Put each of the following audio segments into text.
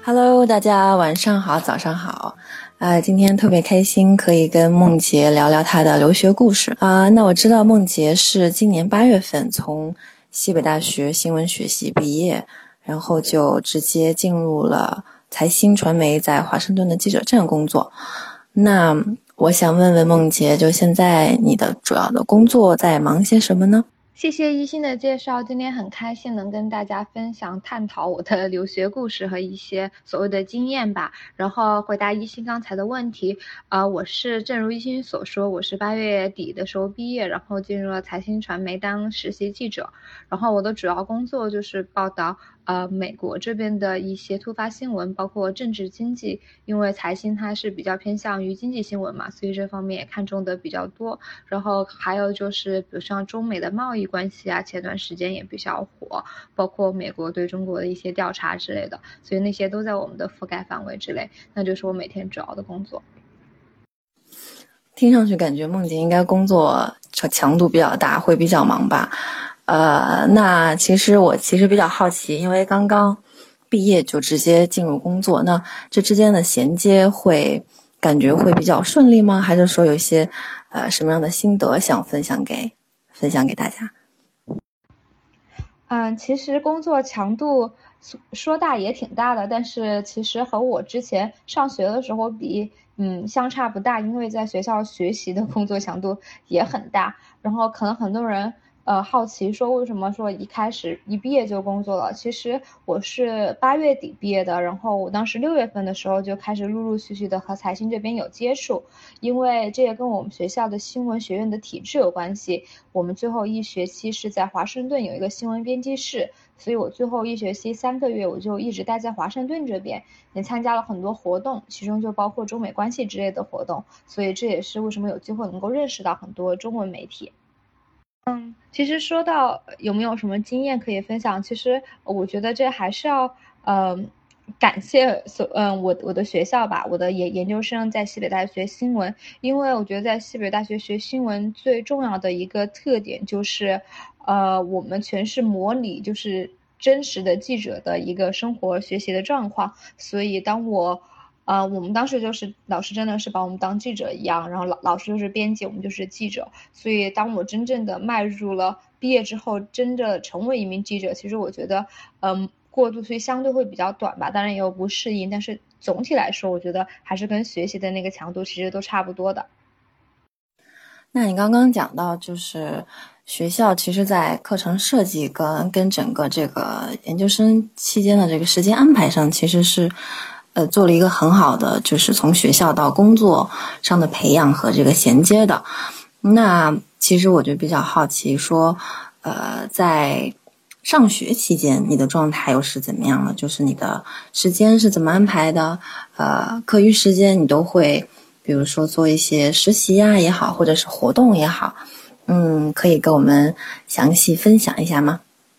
Hello，大家晚上好，早上好。今天特别开心，可以跟梦洁聊聊她的留学故事那我知道梦洁是今年8月份从西北大学新闻学系毕业，然后就直接进入了财新传媒在华盛顿的记者站工作。那我想问问梦洁，就现在你的主要的工作在忙些什么呢？ 谢谢一心的介绍，今天很开心能跟大家分享、探讨我的留学故事和一些所谓的经验吧。然后回答一心刚才的问题，我是正如一心所说，我是8月底的时候毕业，然后进入了财新传媒当实习记者。然后我的主要工作就是报道美国这边的一些突发新闻，包括政治经济，因为财新它是比较偏向于经济新闻嘛，所以这方面也看重的比较多。然后还有就是比如像中美的贸易关系啊，前段时间也比较火，包括美国对中国的一些调查之类的，所以那些都在我们的覆盖范围之内，那就是我每天主要的工作。 听上去感觉梦洁应该工作强度比较大，会比较忙吧？那其实我比较好奇，因为刚刚毕业就直接进入工作，那这之间的衔接感觉会比较顺利吗？还是说有一些什么样的心得想分享给大家？ 其实工作强度说大也挺大的，但是其实和我之前上学的时候比，相差不大，因为在学校学习的工作强度也很大。然后可能很多人好奇说为什么说一开始一毕业就工作了？其实我是8月底毕业的，然后我当时6月份的时候就开始陆陆续续的和财新这边有接触，因为这也跟我们学校的新闻学院的体制有关系。我们最后一学期是在华盛顿有一个新闻编辑室，所以我最后一学期3个月我就一直待在华盛顿这边，也参加了很多活动，其中就包括中美关系之类的活动，所以这也是为什么有机会能够认识到很多中文媒体。其实说到有没有什么经验可以分享，其实我觉得这还是要感谢我的学校吧，我的研究生在西北大学新闻，因为我觉得在西北大学学新闻最重要的一个特点就是我们全是模拟就是真实的记者的一个生活学习的状况，所以我们当时就是老师真的是把我们当记者一样，然后老师就是编辑，我们就是记者。所以当我真正的迈入了毕业之后，真的成为一名记者，其实我觉得，过渡期相对会比较短吧，当然也有不适应，但是总体来说，我觉得还是跟学习的那个强度其实都差不多的。 那你刚刚讲到，就是学校其实在课程设计跟整个这个研究生期间的这个时间安排上，其实是做了一个很好的，就是从学校到工作上的培养和这个衔接的。那其实我就比较好奇说，在上学期间你的状态又是怎么样的？就是你的时间是怎么安排的？课余时间你都会比如说做一些实习呀也好，或者是活动也好，可以跟我们详细分享一下吗？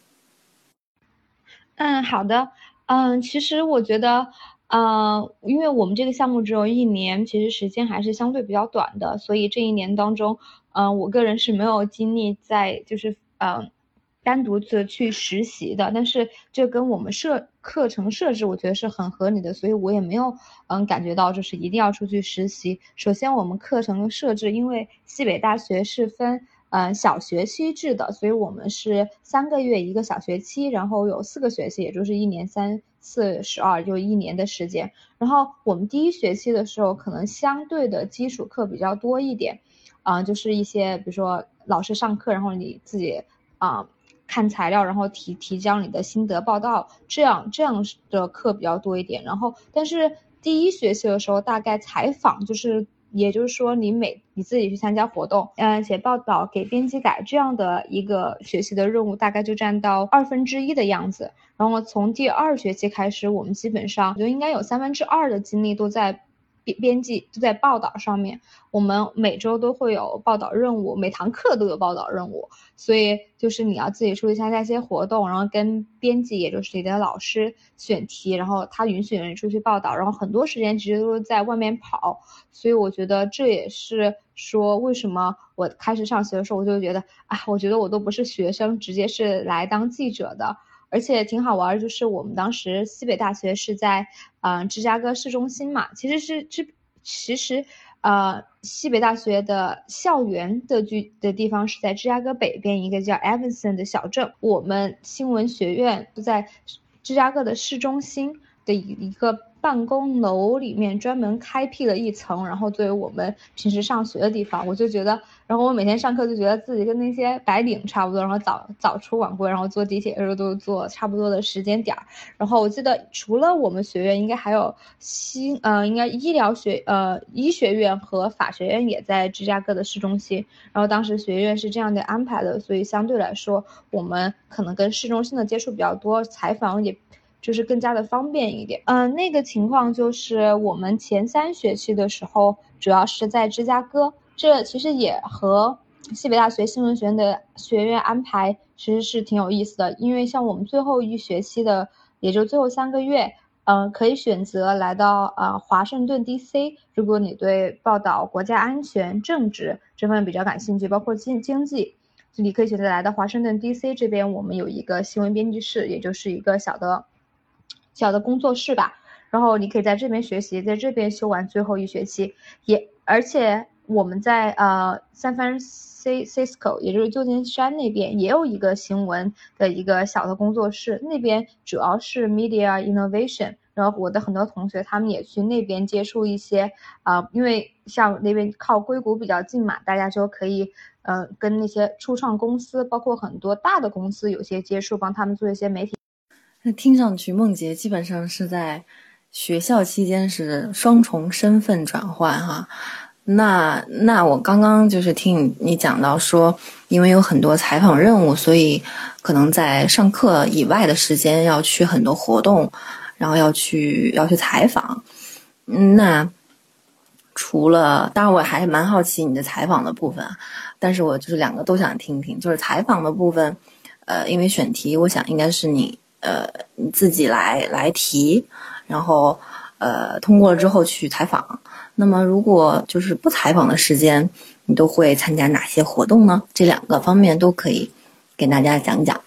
好的。其实我觉得，因为我们这个项目只有一年，其实时间还是相对比较短的，所以这一年当中，我个人是没有精力在就是单独的去实习的，但是这跟我们课程设置，我觉得是很合理的，所以我也没有感觉到就是一定要出去实习。首先，我们课程的设置，因为西北大学是分小学期制的，所以我们是3个月一个小学期，然后有4个学期，也就是1年3、4、12，就一年的时间。然后我们第一学期的时候，可能相对的基础课比较多一点，就是一些比如说老师上课，然后你自己看材料，然后提交你的心得报道，这样的课比较多一点。然后，但是第一学期的时候，大概采访就是，也就是说你自己去参加活动，写报道给编辑改这样的一个学习的任务，大概就占到1/2的样子。然后从第2学期开始，我们基本上我觉得应该有2/3的精力都在编辑都在报道上面。我们每周都会有报道任务，每堂课都有报道任务，所以就是你要自己出去参加一些活动，然后跟编辑，也就是你的老师选题，然后他允许你出去报道，然后很多时间其实都是在外面跑。所以我觉得这也是说为什么我开始上学的时候，我就觉得我觉得我都不是学生，直接是来当记者的。 而且挺好玩，就是我们当时西北大学是在芝加哥市中心嘛，其实西北大学的校园的地方是在芝加哥北边一个叫 Evanston 的小镇，我们新闻学院就在芝加哥的市中心的一个办公楼里面专门开辟了一层，然后作为我们平时上学的地方，我就觉得，然后我每天上课就觉得自己跟那些白领差不多，然后早出晚归，然后坐地铁的时候都坐差不多的时间点儿。然后我记得除了我们学院，应该还有应该医学院和法学院也在芝加哥的市中心。然后当时学院是这样的安排的，所以相对来说，我们可能跟市中心的接触比较多，采访也就是更加的方便一点。那个情况就是我们前3学期的时候，主要是在芝加哥，这其实也和西北大学新闻学院的学院安排其实是挺有意思的，因为像我们最后一学期的，也就最后3个月，可以选择来到华盛顿 DC。如果你对报道国家安全、政治这方面比较感兴趣，包括经济，你可以选择来到华盛顿 DC 这边。我们有一个新闻编辑室，也就是一个小的工作室吧。然后你可以在这边学习，在这边修完最后一学期，而且我们在San Francisco，也就是旧金山那边也有一个新闻的一个小的工作室，那边主要是 media innovation。然后我的很多同学他们也去那边接触一些因为像那边靠硅谷比较近嘛，大家就可以跟那些初创公司，包括很多大的公司有些接触，帮他们做一些媒体。 那听上去梦洁基本上是在学校期间是双重身份转换哈。那我刚刚就是听你讲到说，因为有很多采访任务，所以可能在上课以外的时间要去很多活动，然后要去采访。那除了，当然我还蛮好奇你的采访的部分，但是我就是2个都想听听。就是采访的部分，因为选题，我想应该是你自己来提，然后通过了之后去采访。那么如果就是不采访的时间，你都会参加哪些活动呢？这2个方面都可以给大家讲讲。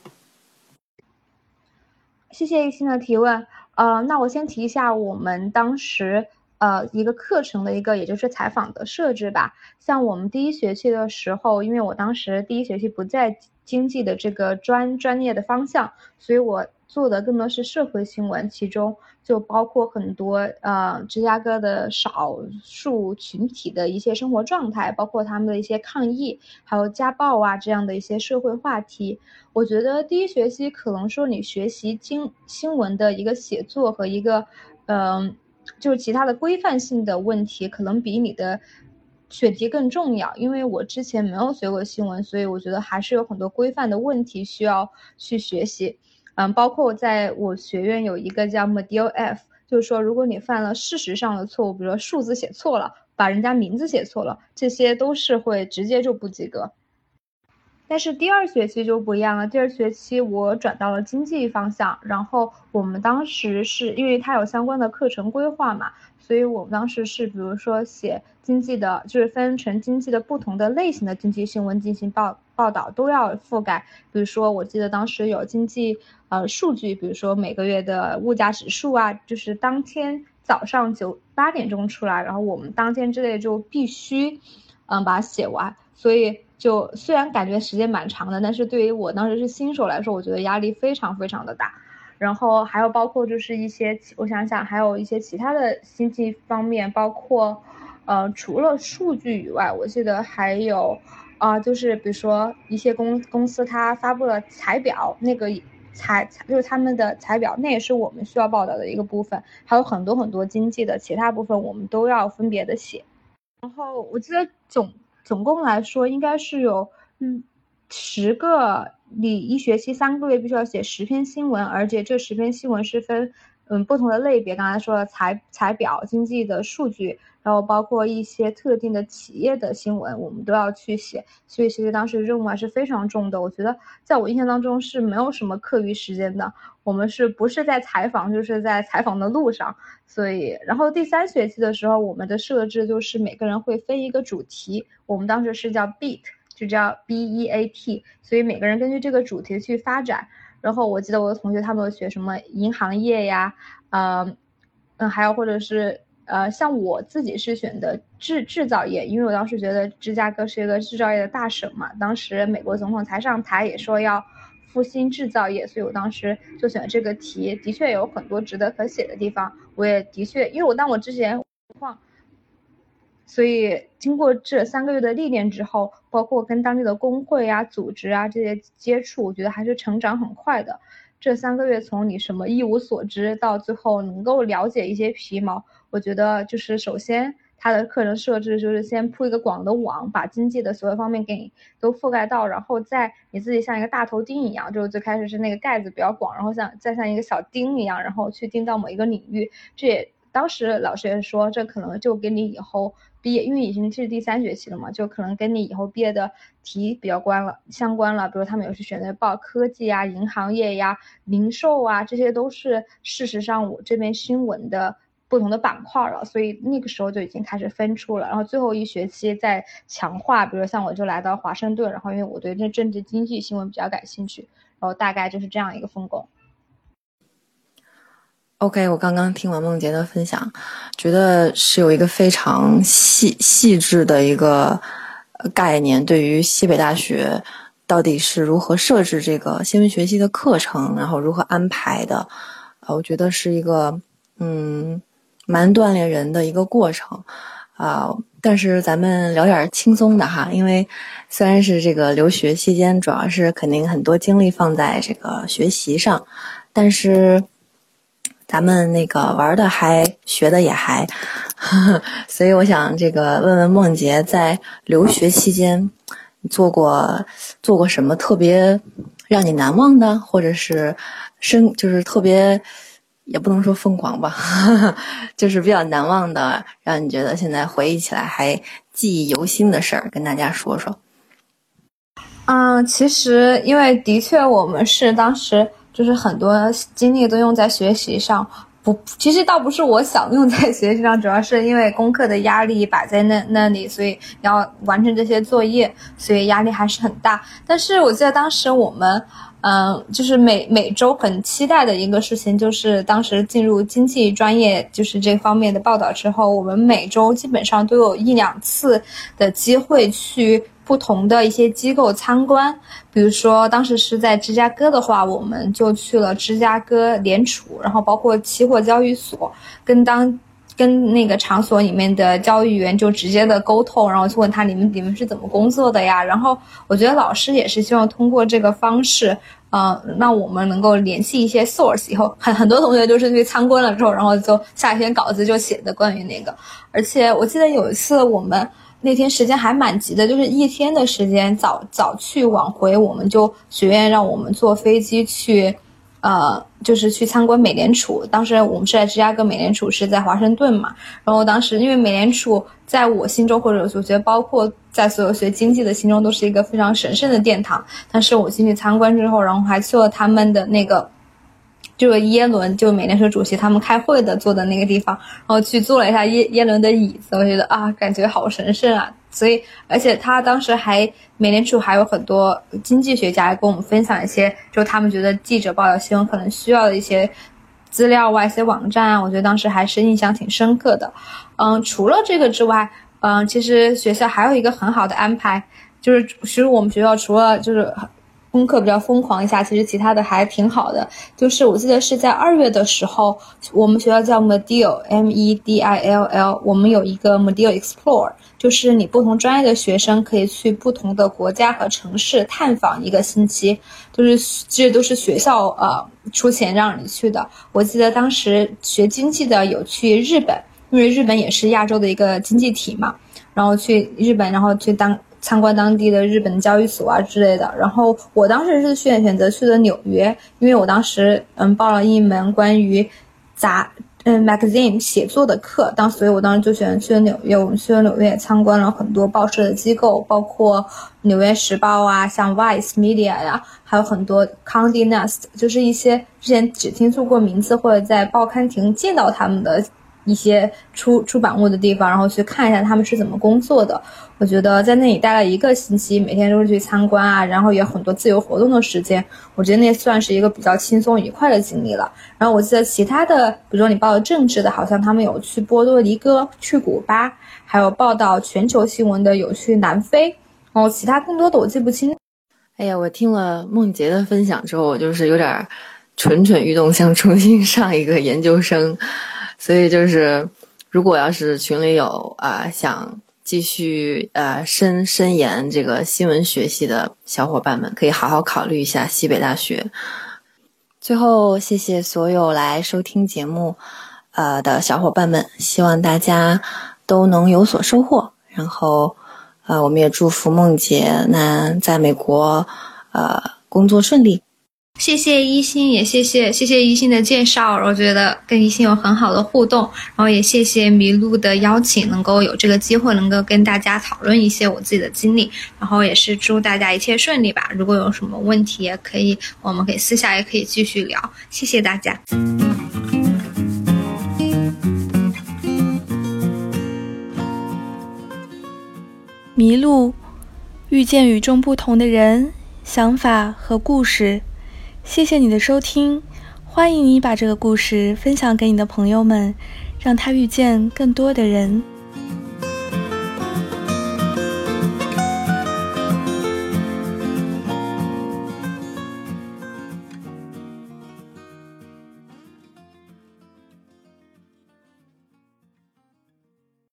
谢谢一心的提问。那我先提一下我们当时一个课程的一个，也就是采访的设置吧。像我们第1学期的时候，因为我当时第1学期不在经济的这个专业的方向，所以我做的更多是社会新闻，其中就包括很多芝加哥的少数群体的一些生活状态，包括他们的一些抗议，还有家暴啊这样的一些社会话题。我觉得第1学期可能说你学习新闻的一个写作和一个就是其他的规范性的问题，可能比你的选题更重要。因为我之前没有学过新闻，所以我觉得还是有很多规范的问题需要去学习。包括在我学院有一个叫 Model F， 就是说如果你犯了事实上的错误，比如说数字写错了，把人家名字写错了，这些都是会直接就不及格。但是第2学期就不一样了，第2学期我转到了经济方向，然后我们当时是因为它有相关的课程规划嘛，所以我们当时是比如说写经济的，就是分成经济的不同的类型的经济新闻进行报道都要覆盖。比如说我记得当时有经济数据，比如说每个月的物价指数啊，就是当天早上8点钟出来，然后我们当天之内就必须把它写完。所以就虽然感觉时间蛮长的，但是对于我当时是新手来说，我觉得压力非常非常的大。然后还有包括就是一些，我想想还有一些其他的经济方面，包括除了数据以外，我记得还有就是比如说一些公司它发布了财表，那个就是他们的财表，那也是我们需要报道的一个部分。还有很多很多经济的其他部分，我们都要分别的写。然后我记得总共来说应该是有10个，你1学期3个月必须要写10篇新闻，而且这10篇新闻是分不同的类别，刚才说了财表、经济的数据，然后包括一些特定的企业的新闻，我们都要去写。所以其实当时任务还是非常重的，我觉得在我印象当中是没有什么课余时间的，我们不是在采访，就是在采访的路上。所以然后第3学期的时候，我们的设置就是每个人会分一个主题，我们当时是叫 beat， 就叫 BEAT， 所以每个人根据这个主题去发展。 然后我记得我的同学他们有学什么银行业呀，还有或者是像我自己是选的制造业，因为我当时觉得芝加哥是一个制造业的大省嘛，当时美国总统才上台也说要复兴制造业，所以我当时就选了这个题，的确有很多值得可写的地方，我也的确因为我之前所以经过这3个月的历练之后，包括跟当地的工会啊、组织啊这些接触，我觉得还是成长很快的。这3个月从你什么一无所知到最后能够了解一些皮毛，我觉得就是首先它的课程设置就是先铺一个广的网，把经济的所有方面给你都覆盖到，然后再你自己像一个大头钉一样，就是最开始是那个盖子比较广，然后再像一个小钉一样，然后去钉到某一个领域。这也当时老师也说，这可能就给你以后毕业，因为已经是第3学期了嘛，就可能跟你以后毕业的题比较相关了。比如他们有去选择报科技啊、银行业呀、零售啊，这些都是事实上我这边新闻的不同的板块了，所以那个时候就已经开始分出了。然后最后1学期再强化，比如像我就来到华盛顿，然后因为我对这政治经济新闻比较感兴趣，然后大概就是这样一个分工。 OK， 我刚刚听完梦洁的分享，觉得是有一个非常细致的一个概念，对于西北大学到底是如何设置这个新闻学系的课程，然后如何安排的，我觉得是一个蛮锻炼人的一个过程但是咱们聊点轻松的哈，因为虽然是这个留学期间，主要是肯定很多精力放在这个学习上，但是咱们那个玩的还学的也还所以我想这个问问梦洁，在留学期间做过什么特别让你难忘的，或者是就是特别也不能说疯狂吧就是比较难忘的，让你觉得现在回忆起来还记忆犹新的事儿，跟大家说说。 其实因为的确我们是当时就是很多精力都用在学习上，其实倒不是我想用在学习上，主要是因为功课的压力摆在那里，所以要完成这些作业，所以压力还是很大。但是我记得当时我们就是每周很期待的一个事情，就是当时进入经济专业就是这方面的报道之后，我们每周基本上都有1-2次的机会去不同的一些机构参观。比如说当时是在芝加哥的话，我们就去了芝加哥联储，然后包括期货交易所，跟那个场所里面的交易员就直接的沟通，然后去问他你们是怎么工作的呀。然后我觉得老师也是希望通过这个方式让我们能够联系一些 source， 以后很多同学就是去参观了之后，然后就下一篇稿子就写的关于那个。而且我记得有一次我们那天时间还蛮急的，就是1天的时间，早去晚回，我们就学院让我们坐飞机去就是去参观美联储。当时我们是在芝加哥，美联储是在华盛顿嘛。然后当时因为美联储在我心中，或者我觉得包括在所有学经济的心中，都是一个非常神圣的殿堂。但是我进去参观之后，然后还去了他们的那个就是耶伦，就美联储主席他们开会的坐的那个地方，然后去坐了一下耶伦的椅子，我觉得感觉好神圣啊。所以而且他当时美联储还有很多经济学家跟我们分享一些就他们觉得记者报道新闻可能需要的一些资料一些网站我觉得当时还是印象挺深刻的。除了这个之外，其实学校还有一个很好的安排，就是其实我们学校除了就是功课比较疯狂一下，其实其他的还挺好的。就是我记得是在2月的时候，我们学校叫 Medill MEDILL， 我们有一个 Medill Explore， 就是你不同专业的学生可以去不同的国家和城市探访1个星期，就是这都是学校出钱让你去的。我记得当时学经济的有去日本，因为日本也是亚洲的一个经济体嘛，然后去日本，然后去参观当地的日本交易所之类的。然后我当时是选择去的纽约，因为我当时报了一门关于magazine 写作的课，所以我当时就选择去了纽约。我们去了纽约参观了很多报社的机构，包括纽约时报啊，像 Vice Media 呀，还有很多 Condé Nast， 就是一些之前只听说过名字或者在报刊亭见到他们的一些出版物的地方，然后去看一下他们是怎么工作的。我觉得在那里待了1个星期，每天都是去参观啊，然后也有很多自由活动的时间，我觉得那算是一个比较轻松愉快的经历了。然后我记得其他的，比如说你报的政治的，好像他们有去波多黎各、去古巴，还有报道全球新闻的有去南非，然后其他更多的我记不清。 哎呀，我听了梦洁的分享之后，我就是有点蠢蠢欲动，想重新上一个研究生。所以就是如果要是群里有想继续深研这个新闻学系的小伙伴们，可以好好考虑一下西北大学。最后谢谢所有来收听节目的小伙伴们，希望大家都能有所收获。然后我们也祝福梦洁那在美国工作顺利。 谢谢一心，也谢谢一心的介绍，我觉得跟一心有很好的互动，然后也谢谢麋鹿的邀请，能够有这个机会能够跟大家讨论一些我自己的经历，然后也是祝大家一切顺利吧。如果有什么问题也可以，我们可以私下也可以继续聊。谢谢大家。 麋鹿，遇见与众不同的人、想法和故事。谢谢你的收听，欢迎你把这个故事分享给你的朋友们，让他遇见更多的人。